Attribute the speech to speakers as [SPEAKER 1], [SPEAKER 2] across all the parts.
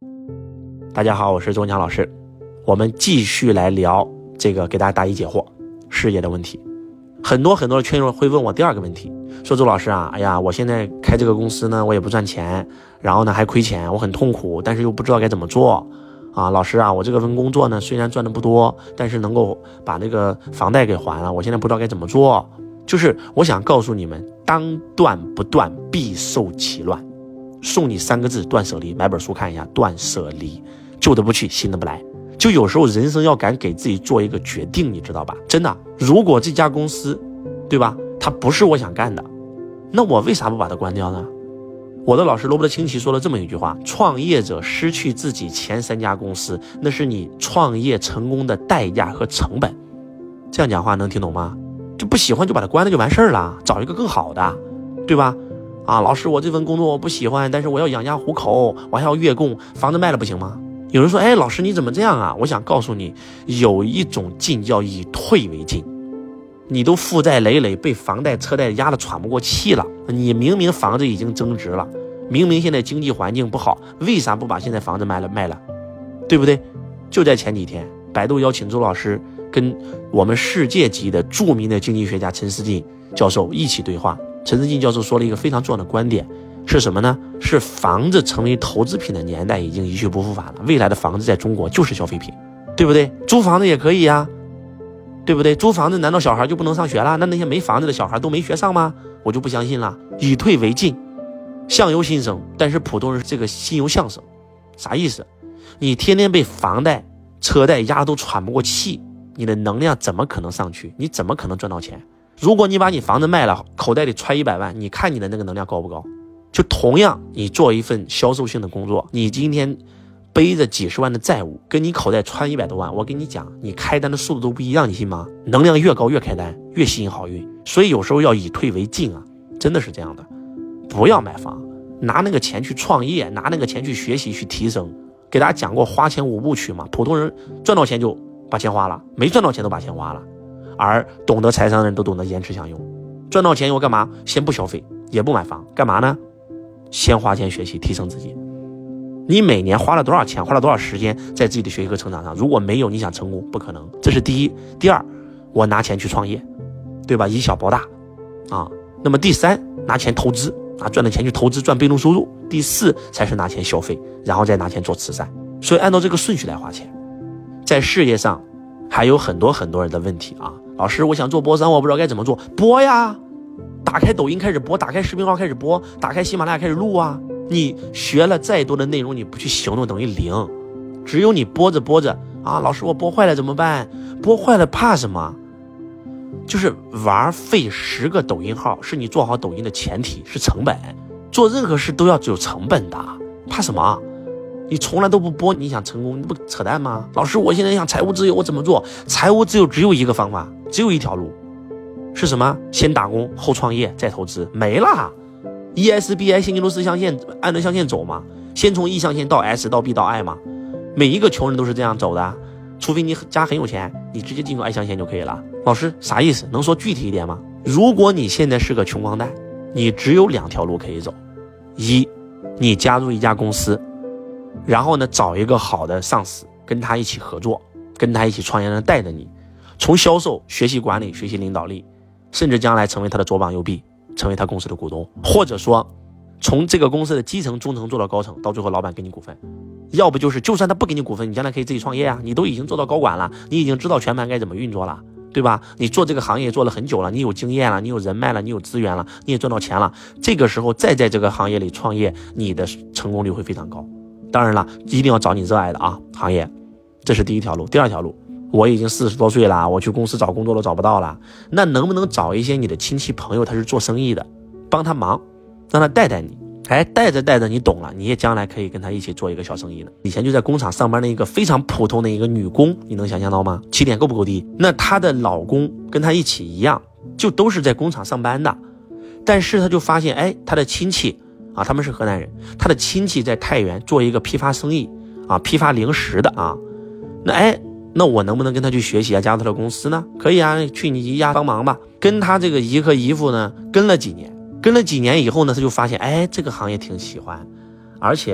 [SPEAKER 1] 大家好，我是周强老师，我们继续来聊这个，给大家答疑解惑事业的问题。很多的圈友会问我第二个问题，说周老师啊，哎呀，我现在开这个公司呢，我也不赚钱，然后呢还亏钱，我很痛苦，但是又不知道该怎么做啊。老师啊，我这个份工作呢，虽然赚的不多，但是能够把那个房贷给还了，我现在不知道该怎么做。就是我想告诉你们，当断不断，必受其乱。送你3个字，断舍离，买本书看一下，断舍离。旧的不去，新的不来。就有时候人生要敢给自己做一个决定，你知道吧？真的，如果这家公司，对吧，它不是我想干的，那我为啥不把它关掉呢？我的老师罗伯特清崎说了这么一句话，创业者失去自己前3家公司，那是你创业成功的代价和成本。这样讲话能听懂吗？就不喜欢就把它关了就完事儿了，找一个更好的，对吧？啊，老师，我这份工作我不喜欢，但是我要养家糊口，我还要月供，房子卖了不行吗？有人说，哎，老师你怎么这样啊？我想告诉你，有一种进叫以退为进。你都负债累累，被房贷车贷压得喘不过气了，你明明房子已经增值了，明明现在经济环境不好，为啥不把现在房子卖了，对不对？就在前几天，百度邀请周老师跟我们世界级的著名的经济学家陈思进教授一起对话。陈思进教授说了一个非常重要的观点，是什么呢？是房子成为投资品的年代已经一去不复返了，未来的房子在中国就是消费品，对不对？租房子也可以呀，对不对？租房子难道小孩就不能上学了？那些没房子的小孩都没学上吗？我就不相信了。以退为进，相由心生，但是普通人这个心由相生，啥意思？你天天被房贷车贷压都喘不过气，你的能量怎么可能上去？你怎么可能赚到钱？如果你把你房子卖了，口袋里揣100万，你看你的那个能量高不高？就同样你做一份销售性的工作，你今天背着几十万的债务，跟你口袋揣100多万，我跟你讲，你开单的速度都不一样，你信吗？能量越高越开单，越吸引好运。所以有时候要以退为进啊，真的是这样的。不要买房，拿那个钱去创业，拿那个钱去学习去提升。给大家讲过花钱5部曲嘛，普通人赚到钱就把钱花了，没赚到钱都把钱花了，而懂得财商的人都懂得延迟享用。赚到钱又干嘛？先不消费，也不买房，干嘛呢？先花钱学习提升自己。你每年花了多少钱，花了多少时间在自己的学习和成长上？如果没有，你想成功不可能。这是第一。第二，我拿钱去创业，对吧？以小博大啊。那么第三，拿钱投资啊，赚的钱去投资赚被动收入。第四才是拿钱消费，然后再拿钱做慈善。所以按照这个顺序来花钱。在事业上还有很多人的问题啊。老师，我想做播商，我不知道该怎么做。播呀，打开抖音开始播，打开视频号开始播，打开喜马拉雅开始录啊。你学了再多的内容，你不去行动等于0。只有你播着啊，老师我播坏了怎么办？播坏了怕什么？就是玩费10个抖音号是你做好抖音的前提，是成本。做任何事都要有成本的，怕什么？你从来都不播，你想成功，你不扯淡吗？老师，我现在想财务自由，我怎么做？财务自由只有一个方法，只有一条路，是什么？先打工，后创业，再投资，没了。ESBI 现金流4象限，按着象限走嘛，先从 E 象限到 S 到 B 到 I 嘛，每一个穷人都是这样走的，除非你家很有钱，你直接进入 I 象限就可以了。老师，啥意思？能说具体一点吗？如果你现在是个穷光蛋，你只有2条路可以走。一，你加入一家公司，然后呢，找一个好的上司，跟他一起合作，跟他一起创业，让带着你，从销售学习管理，学习领导力，甚至将来成为他的左膀右臂，成为他公司的股东，或者说从这个公司的基层中层做到高层，到最后老板给你股份。要不就是就算他不给你股份，你将来可以自己创业啊，你都已经做到高管了，你已经知道全盘该怎么运作了，对吧？你做这个行业做了很久了，你有经验了，你有人脉了，你有资源了，你也赚到钱了，这个时候再在这个行业里创业，你的成功率会非常高。当然了，一定要找你热爱的行业，这是第一条路。第二条路，我已经40多岁了，我去公司找工作都找不到了，那能不能找一些你的亲戚朋友，他是做生意的，帮他忙，让他带你，带着你懂了，你也将来可以跟他一起做一个小生意的。以前就在工厂上班的一个非常普通的一个女工，你能想象到吗？起点够不够低？那她的老公跟她一起一样，就都是在工厂上班的，但是她就发现，她的亲戚啊，他们是河南人，她的亲戚在太原做一个批发生意啊，批发零食的啊，那我能不能跟他去学习啊，加入他的公司呢？可以啊，去你姨家帮忙吧。跟他这个姨和姨父呢跟了几年以后呢，他就发现这个行业挺喜欢，而且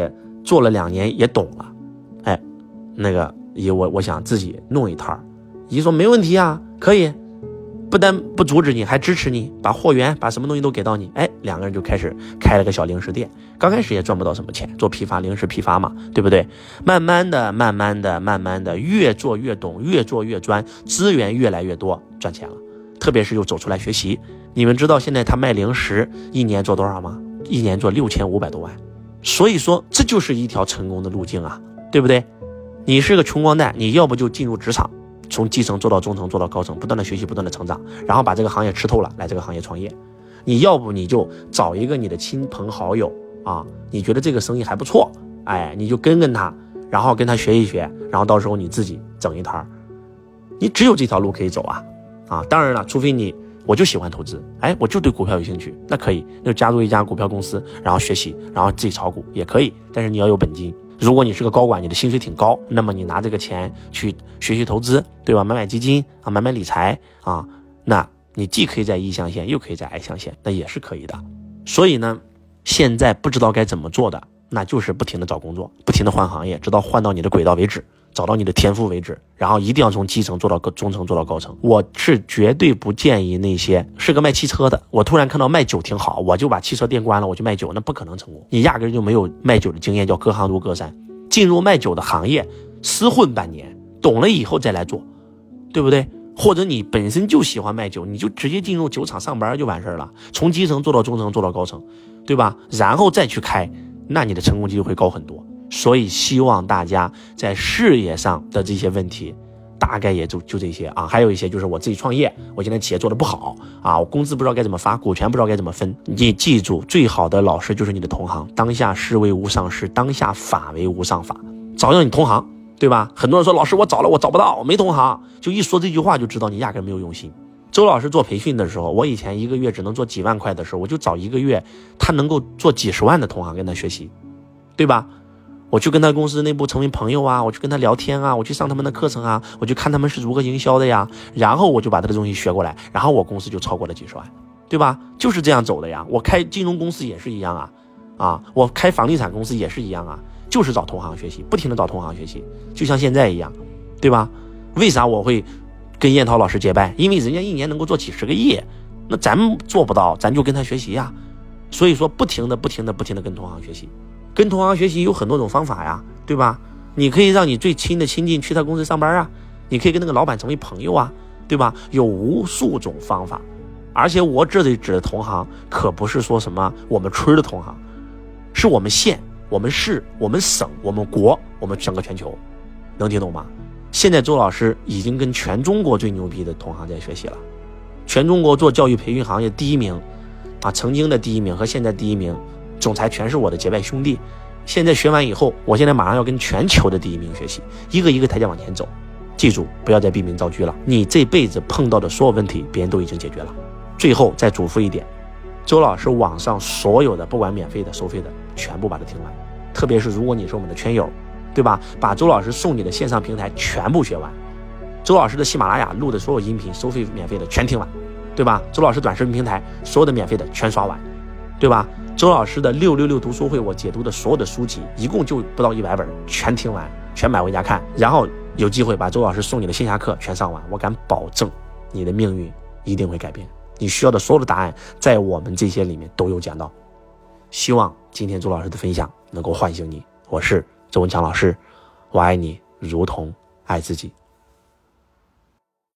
[SPEAKER 1] 做了2年也懂了，哎，那个姨我想自己弄一摊儿。姨说没问题啊，可以，不但不阻止你，还支持你，把货源把什么东西都给到你。哎，2个人就开始开了个小零食店，刚开始也赚不到什么钱，做批发零食批发嘛，对不对？慢慢的越做越懂，越做越专，资源越来越多，赚钱了。特别是又走出来学习，你们知道现在他卖零食1年做多少吗？1年做6500多万。所以说这就是一条成功的路径啊，对不对？你是个穷光蛋，你要不就进入职场，从基层做到中层做到高层，不断的学习，不断的成长，然后把这个行业吃透了，来这个行业创业。你要不你就找一个你的亲朋好友啊，你觉得这个生意还不错，哎，你就跟他，然后跟他学一学，然后到时候你自己整一摊。你只有这条路可以走啊。当然了，除非我就喜欢投资，哎，我就对股票有兴趣，那可以，那就加入一家股票公司，然后学习，然后自己炒股也可以，但是你要有本金。如果你是个高管，你的薪水挺高，那么你拿这个钱去学习投资，对吧？买基金啊，买理财啊，那你既可以在E象限，又可以在I象限，那也是可以的。所以呢，现在不知道该怎么做的，那就是不停的找工作，不停的换行业，直到换到你的轨道为止，找到你的天赋为止，然后一定要从基层做到中层，做到高层。我是绝对不建议那些是个卖汽车的，我突然看到卖酒挺好，我就把汽车店关了，我去卖酒，那不可能成功。你压根就没有卖酒的经验，叫隔行如隔山。进入卖酒的行业，厮混半年，懂了以后再来做，对不对？或者你本身就喜欢卖酒，你就直接进入酒厂上班就完事了，从基层做到中层，做到高层，对吧？然后再去开，那你的成功几率会高很多。所以希望大家在事业上的这些问题大概也就这些啊，还有一些就是我自己创业，我现在企业做得不好啊，我工资不知道该怎么发，股权不知道该怎么分。你记住，最好的老师就是你的同行，当下师为无上师，当下法为无上法，找到你同行，对吧？很多人说老师我找了我找不到，我没同行，就一说这句话就知道你压根没有用心。周老师做培训的时候，我以前1个月只能做几万块的时候，我就找1个月他能够做几十万的同行跟他学习，对吧？我去跟他公司内部成为朋友啊，我去跟他聊天啊，我去上他们的课程啊，我去看他们是如何营销的呀，然后我就把他的东西学过来，然后我公司就超过了几十万，对吧？就是这样走的呀。我开金融公司也是一样啊，我开房地产公司也是一样啊，就是找同行学习，不停的找同行学习，就像现在一样，对吧？为啥我会跟燕涛老师结拜？因为人家1年能够做几10个亿，那咱们做不到，咱就跟他学习呀。所以说不停的跟同行学习。跟同行学习有很多种方法呀，对吧？你可以让你最亲的亲近去他公司上班啊，你可以跟那个老板成为朋友啊，对吧？有无数种方法。而且我这里指的同行可不是说什么我们村的同行，是我们县、我们市、我们省、我们国、我们整个全球，能听懂吗？现在周老师已经跟全中国最牛逼的同行在学习了，全中国做教育培训行业第1名啊，曾经的第1名和现在第1名总裁全是我的结拜兄弟。现在学完以后，我现在马上要跟全球的第1名学习，一个一个台阶往前走。记住，不要再闭门造车了，你这辈子碰到的所有问题别人都已经解决了。最后再嘱咐一点，周老师网上所有的不管免费的收费的全部把它听完，特别是如果你是我们的圈友，对吧？把周老师送你的线上平台全部学完，周老师的喜马拉雅录的所有音频收费免费的全听完，对吧？周老师短视频平台所有的免费的全刷完，对吧？周老师的666读书会，我解读的所有的书籍一共就不到100本，全听完，全买回家看，然后有机会把周老师送你的线下课全上完，我敢保证你的命运一定会改变。你需要的所有的答案在我们这些里面都有讲到。希望今天周老师的分享能够唤醒你。我是周文强老师，我爱你如同爱自己。